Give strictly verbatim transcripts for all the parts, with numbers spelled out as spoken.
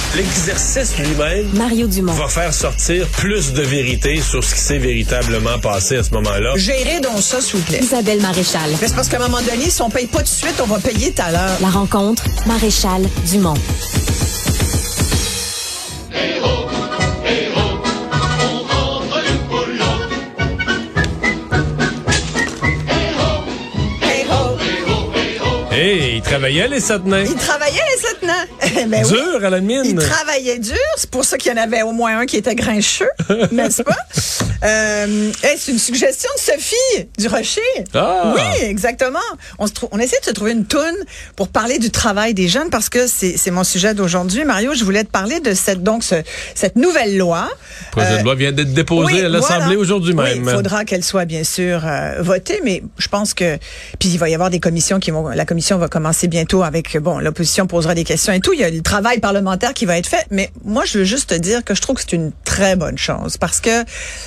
l'exercice lui-même Mario Dumont va faire sortir plus de vérité sur ce qui s'est véritablement passé à ce moment-là. Gérez donc ça, s'il vous plaît. Isabelle Maréchal. Mais c'est parce qu'à un moment donné, si on paye pas tout de suite, on va payer tout à l'heure. La rencontre, Maréchal Dumont. Hey, il travaillait les sept nains. Il travaillait les sept nains. Ben dur oui. à la mine. Il travaillait dur. C'est pour ça qu'il y en avait au moins un qui était grincheux, n'est-ce pas? Euh, hey, c'est une suggestion de Sophie Durocher. Ah. Oui, exactement. On, se trou- on essaie de se trouver une toune pour parler du travail des jeunes parce que c'est, c'est mon sujet d'aujourd'hui. Mario, je voulais te parler de cette, donc, ce, cette nouvelle loi. Le projet de loi vient d'être déposé oui, à l'Assemblée voilà. aujourd'hui même. Oui, il faudra qu'elle soit bien sûr euh, votée, mais je pense que puis il va y avoir des commissions qui vont. La commission va commencer bientôt avec bon, l'opposition posera des questions et tout. Il y a le travail parlementaire qui va être fait, mais moi je veux juste te dire que je trouve que c'est une très bonne chose parce que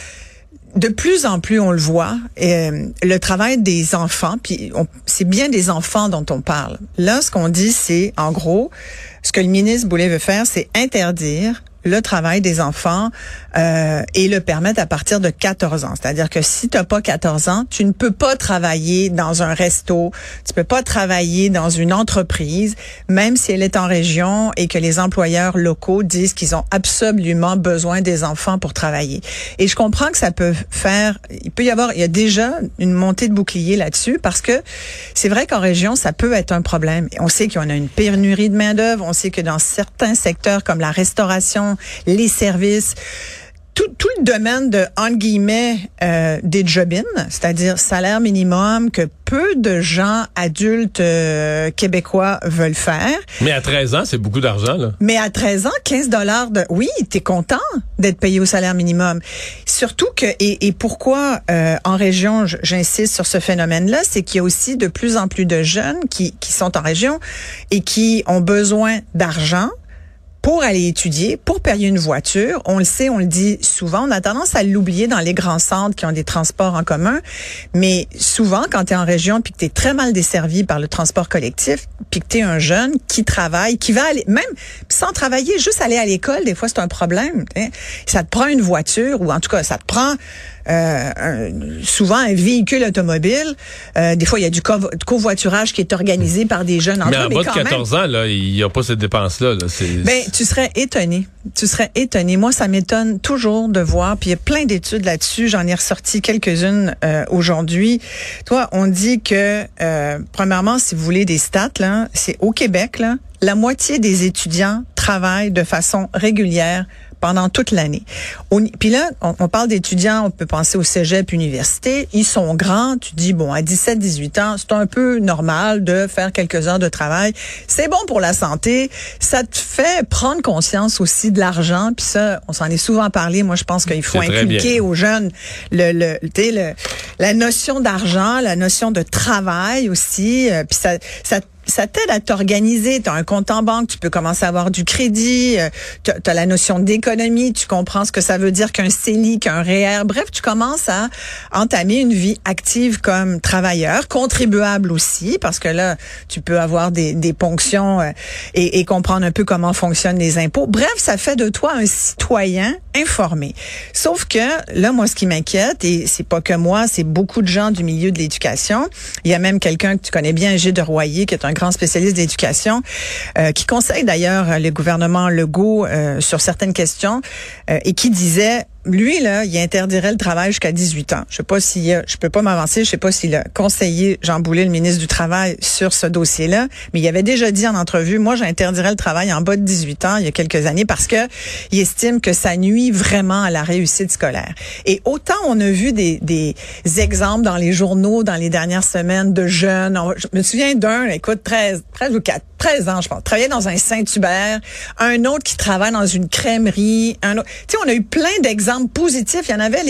de plus en plus, on le voit, euh, le travail des enfants, puis on, c'est bien des enfants dont on parle. Là, ce qu'on dit, c'est, en gros, ce que le ministre Boulay veut faire, c'est interdire le travail des enfants euh, et le permettre à partir de quatorze ans. C'est-à-dire que si tu n'as pas quatorze ans, tu ne peux pas travailler dans un resto, tu peux pas travailler dans une entreprise, même si elle est en région et que les employeurs locaux disent qu'ils ont absolument besoin des enfants pour travailler. Et je comprends que ça peut faire, il peut y avoir, il y a déjà une montée de bouclier là-dessus parce que c'est vrai qu'en région, ça peut être un problème. On sait qu'on a une pénurie de main-d'œuvre, on sait que dans certains secteurs comme la restauration, les services, tout, tout le domaine de, entre guillemets, euh, des job-in, c'est-à-dire salaire minimum que peu de gens adultes euh, québécois veulent faire. Mais à treize ans, c'est beaucoup d'argent, là. Mais à treize ans, quinze dollars de... Oui, t'es content d'être payé au salaire minimum. Surtout que... Et, et pourquoi, euh, en région, j'insiste sur ce phénomène-là, c'est qu'il y a aussi de plus en plus de jeunes qui, qui sont en région et qui ont besoin d'argent pour aller étudier, pour payer une voiture. On le sait, on le dit souvent. On a tendance à l'oublier dans les grands centres qui ont des transports en commun. Mais souvent, quand tu es en région puis que tu es très mal desservi par le transport collectif, puis que tu es un jeune qui travaille, qui va aller, même sans travailler, juste aller à l'école, des fois, c'est un problème. Hein? Ça te prend une voiture ou en tout cas, ça te prend euh, un, souvent un véhicule automobile. Euh, des fois, il y a du co- covoiturage qui est organisé par des jeunes. Mais en bas de quatorze ans, là, il n'y a pas cette dépense-là. Là. C'est... Ben, tu serais étonné. Tu serais étonné. Moi, ça m'étonne toujours de voir. Puis il y a plein d'études là-dessus. J'en ai ressorti quelques-unes euh, aujourd'hui. Toi, on dit que, euh, premièrement, si vous voulez des stats, là, c'est au Québec, là, la moitié des étudiants travaillent de façon régulière pendant toute l'année. On, puis là, on, on parle d'étudiants, on peut penser au cégep, université. Ils sont grands. Tu dis, bon, à dix-sept, dix-huit ans, c'est un peu normal de faire quelques heures de travail. C'est bon pour la santé. Ça te fait prendre conscience aussi de l'argent. Puis ça, on s'en est souvent parlé. Moi, je pense qu'il faut c'est inculquer aux jeunes le, le, tu sais, le, la notion d'argent, la notion de travail aussi. Euh, puis ça, ça ça t'aide à t'organiser. Tu as un compte en banque, tu peux commencer à avoir du crédit, euh, tu as la notion d'économie, tu comprends ce que ça veut dire qu'un C E L I, qu'un R E E R. Bref, tu commences à entamer une vie active comme travailleur, contribuable aussi, parce que là, tu peux avoir des, des ponctions euh, et, et comprendre un peu comment fonctionnent les impôts. Bref, ça fait de toi un citoyen informé. Sauf que, là, moi, ce qui m'inquiète, et c'est pas que moi, c'est beaucoup de gens du milieu de l'éducation. Il y a même quelqu'un que tu connais bien, Gilles de Royer, qui est un grand spécialiste d'éducation, euh, qui conseille d'ailleurs le gouvernement Legault euh, sur certaines questions euh, et qui disait, lui, là, il interdirait le travail jusqu'à dix-huit ans. Je sais pas s'il y a, je peux pas m'avancer, je sais pas s'il a conseillé Jean Boulet, le ministre du Travail, sur ce dossier-là, mais il avait déjà dit en entrevue, moi, j'interdirais le travail en bas de dix-huit ans il y a quelques années parce que il estime que ça nuit vraiment à la réussite scolaire. Et autant on a vu des, des exemples dans les journaux dans les dernières semaines de jeunes, on, je me souviens d'un, écoute, treize, treize ou quatre, treize ans, je pense, travaillait dans un Saint-Hubert, un autre qui travaille dans une crèmerie, un autre. Tu sais, on a eu plein d'exemples positifs. Il y en avait les, les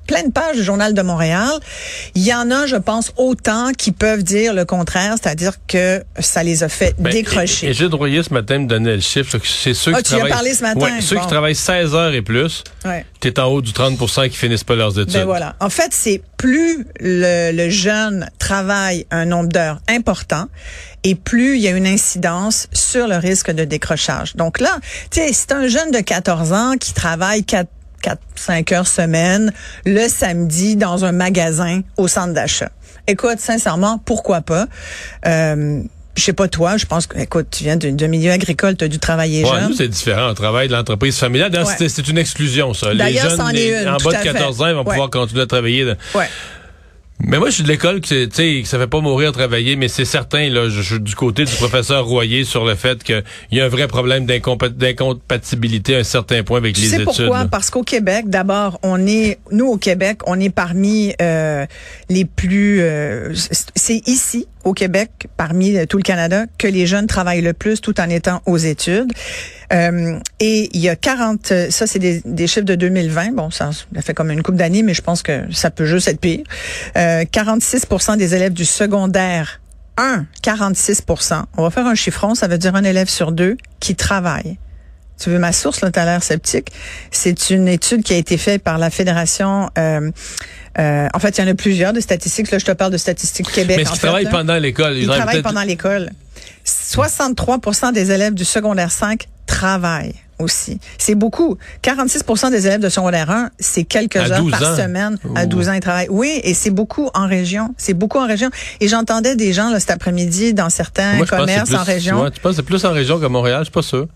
plein de pages du Journal de Montréal. Il y en a, je pense, autant qui peuvent dire le contraire, c'est-à-dire que ça les a fait ben, décrocher. Et, et Gilles Royer, ce matin, me donnait le chiffre. C'est ceux ah, qui tu travaillent, as parlé ce matin? Ouais, ceux bon. qui travaillent seize heures et plus, ouais. t'es en haut du trente pour cent qui finissent pas leurs études. Ben voilà. En fait, c'est plus le, le jeune travaille un nombre d'heures important et plus il y a une incidence sur le risque de décrochage. Donc là, tu sais, c'est un jeune de quatorze ans qui travaille quatre quatre, cinq heures semaine, le samedi, dans un magasin au centre d'achat. Écoute, sincèrement, pourquoi pas? Euh, je sais pas toi, je pense que, écoute, tu viens d'un milieu agricole, tu as dû travailler ouais, jeune. Nous, c'est différent. On travaille de l'entreprise familiale. Ouais. C'est, c'est une exclusion, ça. Les jeunes, c'en les, est une, en bas de quatorze ans, ils vont ouais. pouvoir continuer à travailler. De... Ouais. Mais moi, je suis de l'école que, tu sais, que ça fait pas mourir à travailler, mais c'est certain, là, je suis du côté du professeur Royer sur le fait qu'il y a un vrai problème d'incompa- d'incompatibilité à un certain point avec tu les sais études. Pourquoi? Là. Parce qu'au Québec, d'abord, on est, nous au Québec, on est parmi euh, les plus, euh, c'est ici, au Québec, parmi tout le Canada, que les jeunes travaillent le plus tout en étant aux études. Euh, et il y a quarante, ça c'est des, des chiffres de deux mille vingt, bon ça, ça fait comme une couple d'années, mais je pense que ça peut juste être pire. Euh, quarante-six pour cent des élèves du secondaire un, quarante-six pour cent, on va faire un chiffron, ça veut dire un élève sur deux qui travaille. Tu veux ma source, là, t'as l'air sceptique. C'est une étude qui a été faite par la Fédération... Euh, euh, en fait, il y en a plusieurs de statistiques. Là, je te parle de Statistiques Québec. Mais ils travaillent pendant l'école. Ils, ils travaillent peut-être... pendant l'école. soixante-trois pour cent des élèves du secondaire cinq travaillent aussi. C'est beaucoup. quarante-six pour cent des élèves de secondaire un, c'est quelques à heures par ans. semaine. Ouh. À douze ans, ils travaillent. Oui, et c'est beaucoup en région. C'est beaucoup en région. Et j'entendais des gens là, cet après-midi dans certains Moi, commerces plus, en région. Ouais, tu penses que c'est plus en région qu'à Montréal? Je suis pas sûr.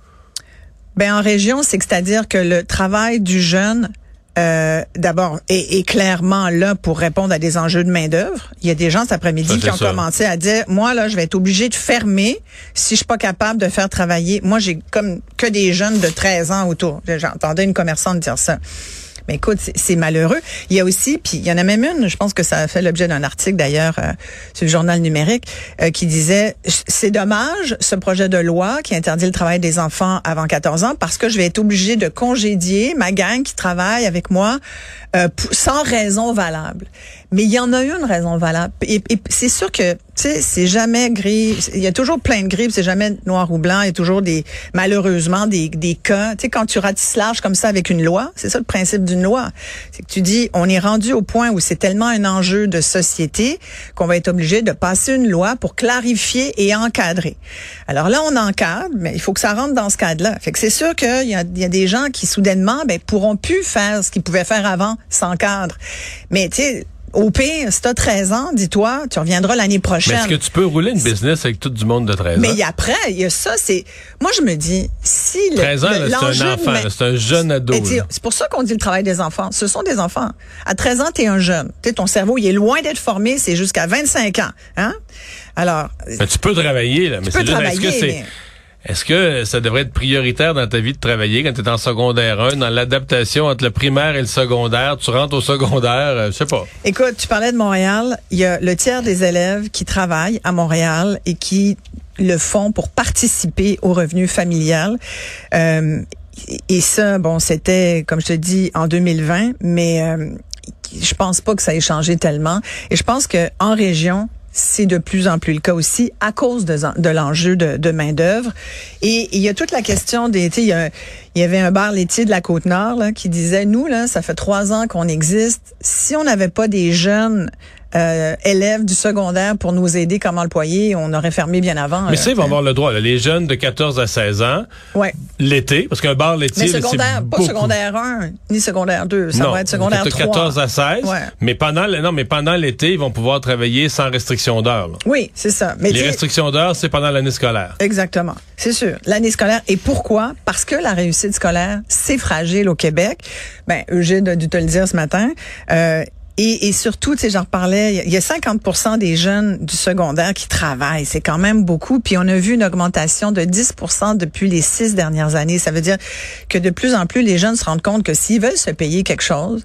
Ben en région, c'est que c'est-à-dire que le travail du jeune, euh, d'abord, est, est clairement là pour répondre à des enjeux de main d'œuvre. Il y a des gens cet après-midi ça, qui ont ça. commencé à dire, moi là, je vais être obligé de fermer si je suis pas capable de faire travailler. Moi, j'ai comme que des jeunes de treize ans autour. J'entendais une commerçante dire ça. Mais écoute, c'est, c'est malheureux. Il y a aussi, puis il y en a même une, je pense que ça a fait l'objet d'un article d'ailleurs euh, sur le journal numérique, euh, qui disait, c'est dommage ce projet de loi qui interdit le travail des enfants avant quatorze ans parce que je vais être obligée de congédier ma gang qui travaille avec moi euh, p- sans raison valable. Mais il y en a une raison valable. Et, et c'est sûr que, tu sais, c'est jamais gris. Il y a toujours plein de gris, c'est jamais noir ou blanc. Il y a toujours des, malheureusement, des, des cas. Tu sais, quand tu ratisses large comme ça avec une loi, c'est ça le principe d'une loi. C'est que tu dis, on est rendu au point où c'est tellement un enjeu de société qu'on va être obligé de passer une loi pour clarifier et encadrer. Alors là, on encadre, mais il faut que ça rentre dans ce cadre-là. Fait que c'est sûr qu'il y a, il y a des gens qui, soudainement, ben, pourront plus faire ce qu'ils pouvaient faire avant sans cadre. Mais, tu sais, au pire, si tu as treize ans, dis-toi, tu reviendras l'année prochaine. Mais est-ce que tu peux rouler une business avec tout du monde de treize ans? Mais après, il y a ça, c'est... Moi, je me dis, si... Le, treize ans, le, là, c'est un enfant, là, c'est un jeune ado. C'est pour ça qu'on dit le travail des enfants. Ce sont des enfants. À treize ans, tu es un jeune. T'sais, ton cerveau, il est loin d'être formé, c'est jusqu'à vingt-cinq ans. Hein? Alors... Mais tu peux travailler, là. Tu mais peux c'est travailler, juste, est-ce que c'est... mais... Est-ce que ça devrait être prioritaire dans ta vie de travailler quand tu es en secondaire un, dans l'adaptation entre le primaire et le secondaire? Tu rentres au secondaire, euh, je sais pas. Écoute, tu parlais de Montréal. Il y a le tiers des élèves qui travaillent à Montréal et qui le font pour participer au revenu familial. Euh, et ça, bon, c'était, comme je te dis, en deux mille vingt, mais euh, je pense pas que ça ait changé tellement. Et je pense que en région, c'est de plus en plus le cas aussi à cause de, de l'enjeu de, de main-d'œuvre. Et il y a toute la question des... Il y, a, il y avait un bar laitier de la Côte-Nord là, qui disait, nous, là, ça fait trois ans qu'on existe. Si on n'avait pas des jeunes euh, élèves du secondaire pour nous aider comme employés, on aurait fermé bien avant. Mais ça, ils vont avoir le droit. Là, les jeunes de quatorze à seize ans, ouais. l'été, parce qu'un bar laitier... Mais secondaire, là, c'est pas beaucoup. secondaire un, ni secondaire deux. Ça non, va être secondaire trois. quatorze à seize, ouais. mais pendant non, mais pendant l'été, ils vont pouvoir travailler sans restriction d'heures. Là. Oui, c'est ça. Mais les restrictions d'heures, c'est pendant l'année scolaire. Exactement. C'est sûr. L'année scolaire. Et pourquoi? Parce que la réussite scolaire, c'est fragile au Québec. Ben, Eugène a dû te le dire ce matin. Euh, Et, et surtout, tu sais, j'en reparlais, il y a cinquante pour cent des jeunes du secondaire qui travaillent. C'est quand même beaucoup. Puis on a vu une augmentation de dix pour cent depuis les six dernières années. Ça veut dire que de plus en plus, les jeunes se rendent compte que s'ils veulent se payer quelque chose,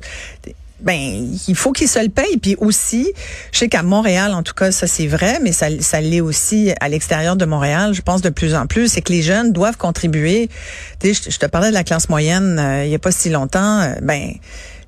ben il faut qu'ils se le payent. Puis aussi, je sais qu'à Montréal, en tout cas, ça c'est vrai, mais ça, ça l'est aussi à l'extérieur de Montréal, je pense de plus en plus, c'est que les jeunes doivent contribuer. Tu sais, je, je te parlais de la classe moyenne euh, il y a pas si longtemps. Euh, ben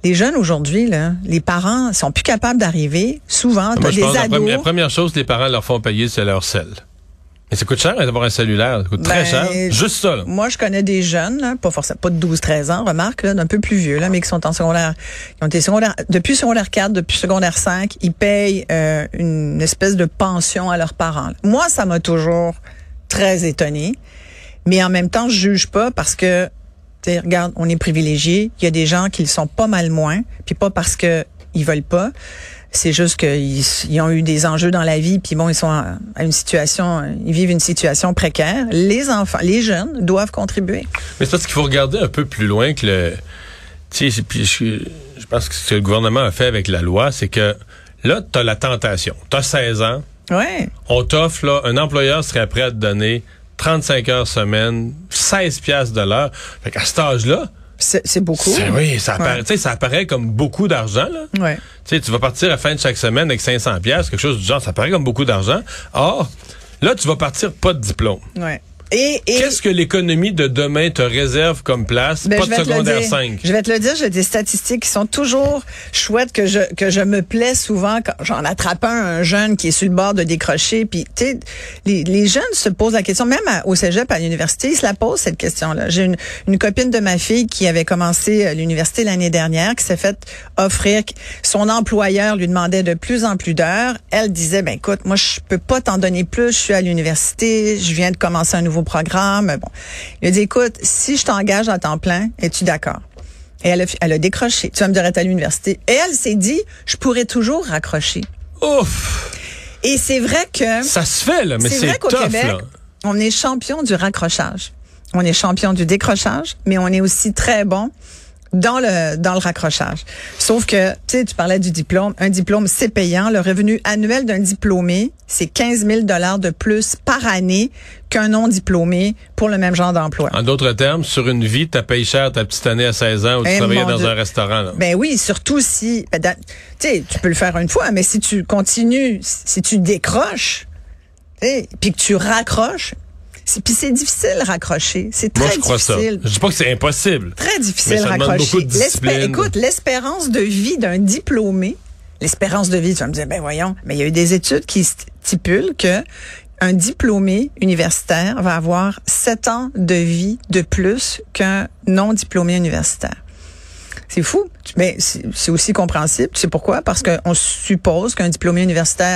Les jeunes aujourd'hui, là, les parents sont plus capables d'arriver. Souvent, Moi, t'as je des pense que la ados. première, la première chose que les parents leur font payer, c'est leur sel. Mais ça coûte cher d'avoir un cellulaire. Ça coûte très Ben, cher. Juste ça, là. Moi, je connais des jeunes, là, pas forcément, pas de douze treize ans, remarque, là, d'un peu plus vieux, là, mais qui sont en secondaire, qui ont été secondaire, depuis secondaire quatre, depuis secondaire cinq, ils payent euh, une espèce de pension à leurs parents. Moi, ça m'a toujours très étonnée. Mais en même temps, je juge pas parce que, tu sais, regarde, on est privilégiés. Il y a des gens qui le sont pas mal moins, puis pas parce que ils veulent pas. C'est juste qu'ils ils ont eu des enjeux dans la vie, puis bon, ils sont à, à une situation, ils vivent une situation précaire. Les enfants, les jeunes doivent contribuer. Mais c'est parce qu'il faut regarder un peu plus loin que le... Tu sais, puis je, je pense que ce que le gouvernement a fait avec la loi, c'est que là, tu as la tentation. Tu as seize ans. Ouais. On t'offre, là, un employeur serait prêt à te donner trente-cinq heures semaine, seize piastres de l'heure. Fait qu'à cet âge-là, C'est, c'est beaucoup. c'est, oui, ça apparaît, Ouais. tu sais, ça apparaît comme beaucoup d'argent, là. Ouais. Tu sais, tu vas partir à la fin de chaque semaine avec cinq cents piastres, quelque chose du genre, ça paraît comme beaucoup d'argent. Or, là, tu vas partir pas de diplôme. Ouais. Et, et Qu'est-ce que l'économie de demain te réserve comme place? ben, Pas je de vais te le secondaire dire. cinq. Je vais te le dire, j'ai des statistiques qui sont toujours chouettes, que je que je me plais souvent quand j'en attrape un, un jeune qui est sur le bord de décrocher. Puis, tu sais, les, les jeunes se posent la question, même à- au cégep, à l'université, ils se la posent, cette question-là. J'ai une, une copine de ma fille qui avait commencé à l'université l'année dernière, qui s'est fait offrir, son employeur lui demandait de plus en plus d'heures. Elle disait, ben écoute, moi, je peux pas t'en donner plus, je suis à l'université, je viens de commencer un nouveau programme. Bon. Il a dit, écoute, si je t'engage à temps plein, es-tu d'accord? Et elle a, elle a décroché. Tu vas me dire, être à l'université. Et elle s'est dit, je pourrais toujours raccrocher. Ouf! Et c'est vrai que... Ça se fait, là, mais c'est c'est, vrai qu'au tough, Québec, là. on est champion du raccrochage. On est champion du décrochage, mais on est aussi très bon dans le dans le raccrochage. Sauf que, tu sais, tu parlais du diplôme. Un diplôme, c'est payant. Le revenu annuel d'un diplômé, c'est quinze mille dollars de plus par année qu'un non-diplômé pour le même genre d'emploi. En d'autres termes, sur une vie, tu payé cher ta petite année à seize ans où tu Eh, travaillais mon dans Dieu. un restaurant, là. Ben oui, surtout si, ben, dans- tu sais, tu peux le faire une fois, mais si tu continues, si tu décroches, tu sais, puis que tu raccroches, c'est, puis c'est difficile de raccrocher. C'est très Moi, je crois difficile. ça. Je dis pas que c'est impossible. Très difficile Mais ça de demande raccrocher. beaucoup de discipline. L'espé- Écoute, l'espérance de vie d'un diplômé, l'espérance de vie, tu vas me dire, ben voyons, mais il y a eu des études qui stipulent que un diplômé universitaire va avoir sept ans de vie de plus qu'un non-diplômé universitaire. C'est fou, mais c'est c'est aussi compréhensible. Tu sais pourquoi? Parce qu'on suppose qu'un diplômé universitaire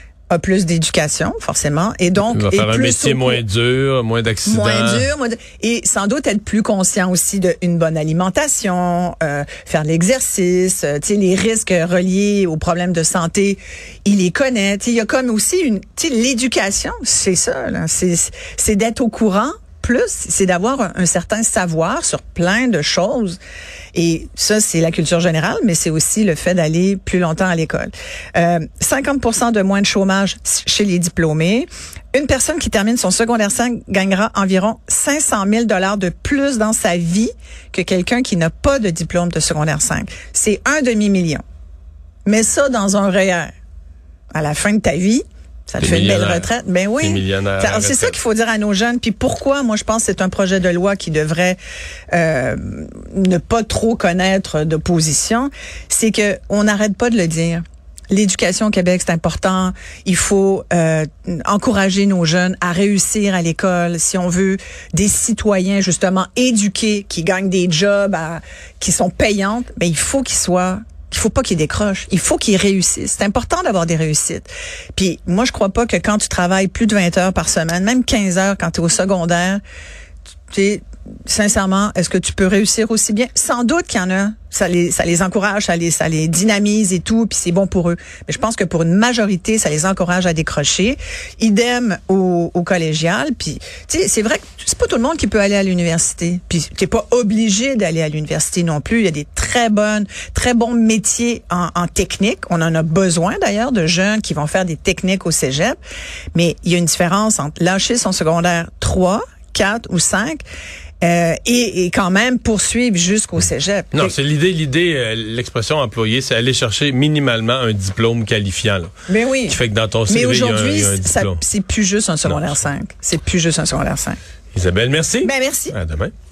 a plus d'éducation, forcément, et donc Il va est faire un plus métier au- moins dur, moins d'accidents. moins dur, moins de- et sans doute être plus conscient aussi d'une bonne alimentation, euh, faire de l'exercice, euh, tu sais, les risques reliés aux problèmes de santé, il les connaît. Tu sais, il y a comme aussi une, tu sais, l'éducation, c'est ça, là, c'est c'est d'être au courant. Plus, c'est d'avoir un, un certain savoir sur plein de choses. Et ça, c'est la culture générale, mais c'est aussi le fait d'aller plus longtemps à l'école. Euh, cinquante pour cent de moins de chômage chez les diplômés. Une personne qui termine son secondaire cinq gagnera environ cinq cent mille dollars de plus dans sa vie que quelqu'un qui n'a pas de diplôme de secondaire cinq. C'est un demi-million. Mets ça dans un R E E R. À la fin de ta vie, ça te T'es fait une belle millionnaire. retraite. Ben oui. T'es millionnaire à la Ça- C'est ça retraite. qu'il faut dire à nos jeunes. Puis pourquoi, moi, je pense que c'est un projet de loi qui devrait euh, ne pas trop connaître d'opposition. C'est que on n'arrête pas de le dire. L'éducation au Québec, c'est important. Il faut euh, encourager nos jeunes à réussir à l'école. Si on veut des citoyens, justement, éduqués, qui gagnent des jobs, à- qui sont payantes, ben il faut qu'ils soient... Il faut pas qu'ils décrochent. Il faut qu'ils réussissent. C'est important d'avoir des réussites. Puis moi, je crois pas que quand tu travailles plus de vingt heures par semaine, même quinze heures quand tu es au secondaire, tu sais, sincèrement, est-ce que tu peux réussir aussi bien? Sans doute qu'il y en a. Ça les, ça les encourage, ça les, ça les dynamise et tout, puis c'est bon pour eux. Mais je pense que pour une majorité, ça les encourage à décrocher. Idem au, au collégial. Puis, tu sais, c'est vrai que c'est pas tout le monde qui peut aller à l'université. Puis, t'es pas obligé d'aller à l'université non plus. Il y a des très bonnes, très bons métiers en, en technique. On en a besoin d'ailleurs de jeunes qui vont faire des techniques au cégep. Mais il y a une différence entre lâcher son secondaire trois, quatre ou cinq Euh, et, et quand même poursuivre jusqu'au cégep. Non, Fait- c'est l'idée, l'idée, euh, l'expression employée, c'est aller chercher minimalement un diplôme qualifiant, là. Mais oui. Qui fait que dans ton Mais C V, il y a un, aujourd'hui, il y a un ça- diplôme. c'est plus juste un secondaire Non. cinq. C'est plus juste un secondaire cinq. Isabelle, merci. Ben merci. À demain.